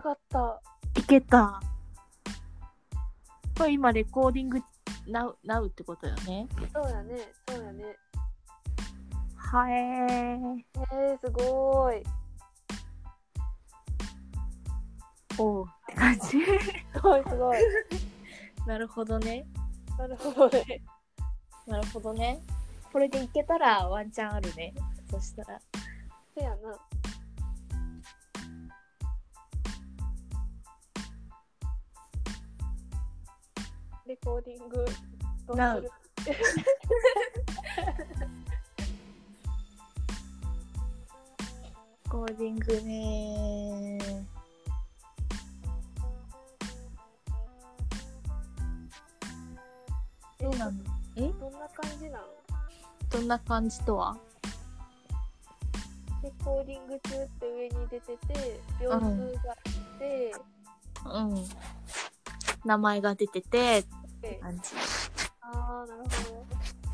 かった。 いけた。これ今レコーディングなうってことよね。 そうやね。 はえー。 すごい。 おうって感じ。 すごい。 なるほどね。 なるほどね。 これでいけたらワンチャンあるね。そしたら。 せやな。レコーディングどうする？ レコーディングね。どうなの？ どんな感じなの？ どんな感じとは？ レコーディング中って上に出てて、秒数があって、 名前が出ててって感じ。 あー、なるほど。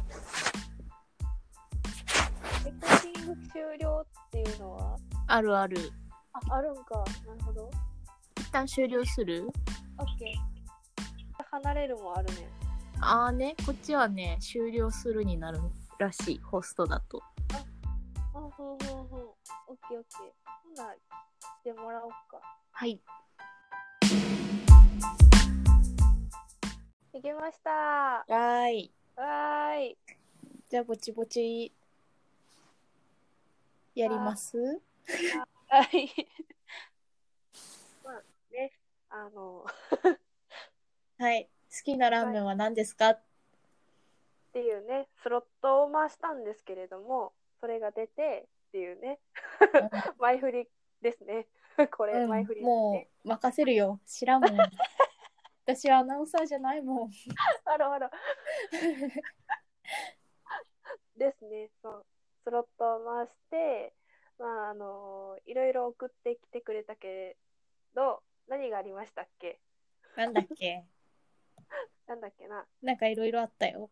レコーディング終了っていうのは？ ある。 あるんか。なるほど。 一旦終了する？ オッケー。離れるもあるね。 あーね、こっちはね、終了するになるらしい、ホストだと。 オッケー。ほんなら来てもらおうか。 はい。 できました。 わーい。じゃあぼちぼちやります？ はい。まあね、 はい。好きなラーメンは何ですか？ っていうね、スロットを回したんですけれども、それが出てっていうね、前振りですね。これ、前振りですね。 もう任せるよ。知らんもん。私はアナウンサーじゃないもん。 あら。ですね、そう。スロットを回して、まあ、いろいろ送ってきてくれたけど、何がありましたっけ？ なんだっけ？ なんだっけな。 なんかいろいろあったよ。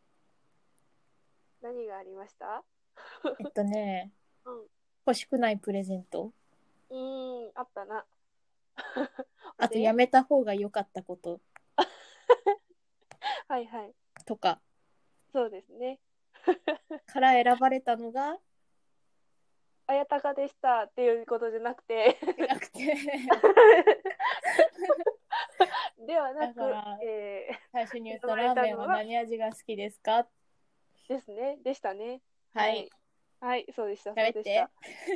何がありました？ 欲しくないプレゼント。 あったな。 あとやめた方が良かったことはい。 とかそうですね。 から選ばれたのがあやたかでしたっていうことじゃなくてではなく、 最初に言ったラーメンは何味が好きですか？ ですね。でしたね。 はい。 はい、そうでした。 喋って。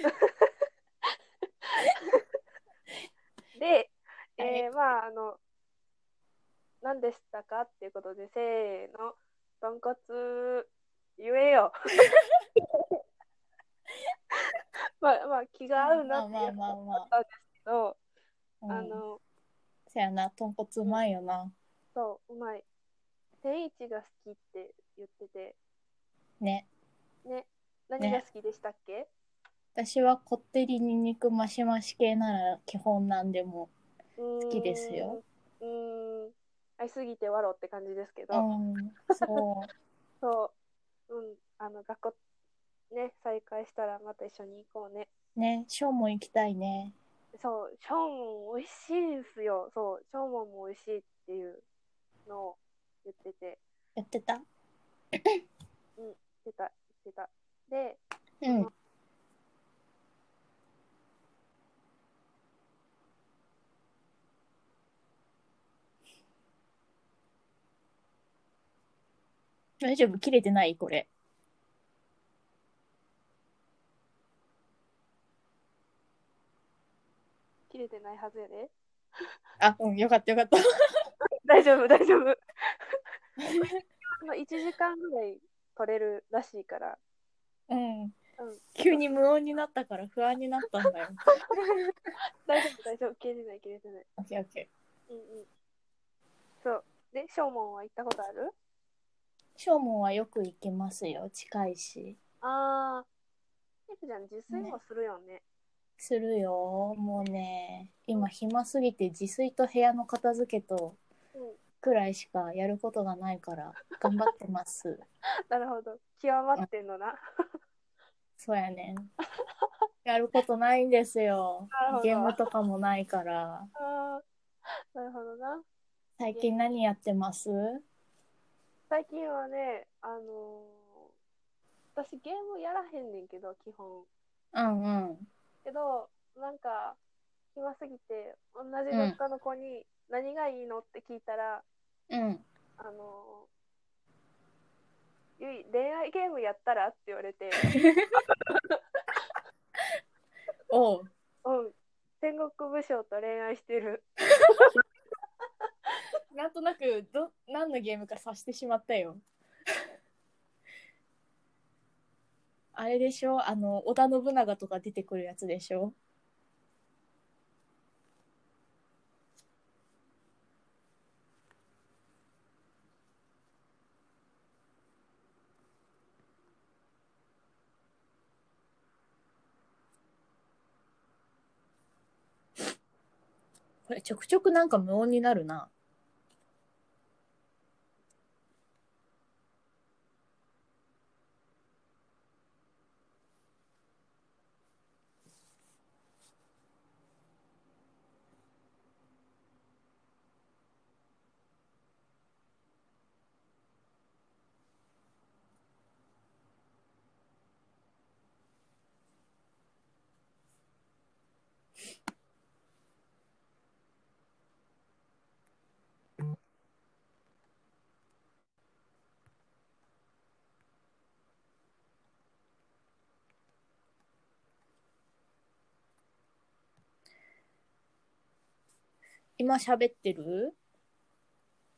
で、まあ、何でしたかっていうことで、せーの、豚骨、言えよ。まあ、気が合うなっていうのがあったんですけど、 せやな、豚骨うまいよな。 そう、うまい。天一が好きって言ってて。 ね。 何が好きでしたっけ？ 私はこってりにんにくマシマシ系なら基本なんでも好きですよ。 愛すぎてわろって感じですけど。 そう。 そう。学校ね、再開したらまた一緒に行こうね。 ね、ショーも行きたいね。 そう、ショーモン美味しいんすよ。そう、ショーモンも美味しいっていうのを言ってて。 やってた？ 言ってた。で、 大丈夫？切れてない？これ。 切れてないはずやで。 あ、よかった。 大丈夫。1時間ぐらい取れるらしいから。 急に無音になったから不安になったんだよ。 大丈夫。切れてない。 オッケー。 そう。で、ショーモンは行ったことある？ ショーモンはよく行けますよ。近いし。 エプちゃん自炊もするよね。 するよ。もうね、今暇すぎて自炊と部屋の片付けとくらいしかやることがないから頑張ってます。 なるほど。極まってんのな。 そうやねん。 やることないんですよ。 なるほど。 ゲームとかもないから。 あー、なるほどな。 最近何やってます？ 最近はね、私ゲームやらへんねんけど、基本。 うんうん。 けど、なんか、暇すぎて、同じうん。 学科の子に何がいいのって聞いたら、 うん。 あのゆい、恋愛ゲームやったらって言われて、 おう。 うん、戦国武将と恋愛してる。 なんとなく何のゲームか察してしまったよ。あれでしょ、織田信長とか出てくるやつでしょ。これちょくちょくなんか無音になるな。今喋ってる？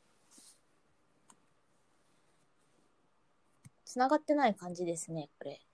繋がってない感じですね、これ。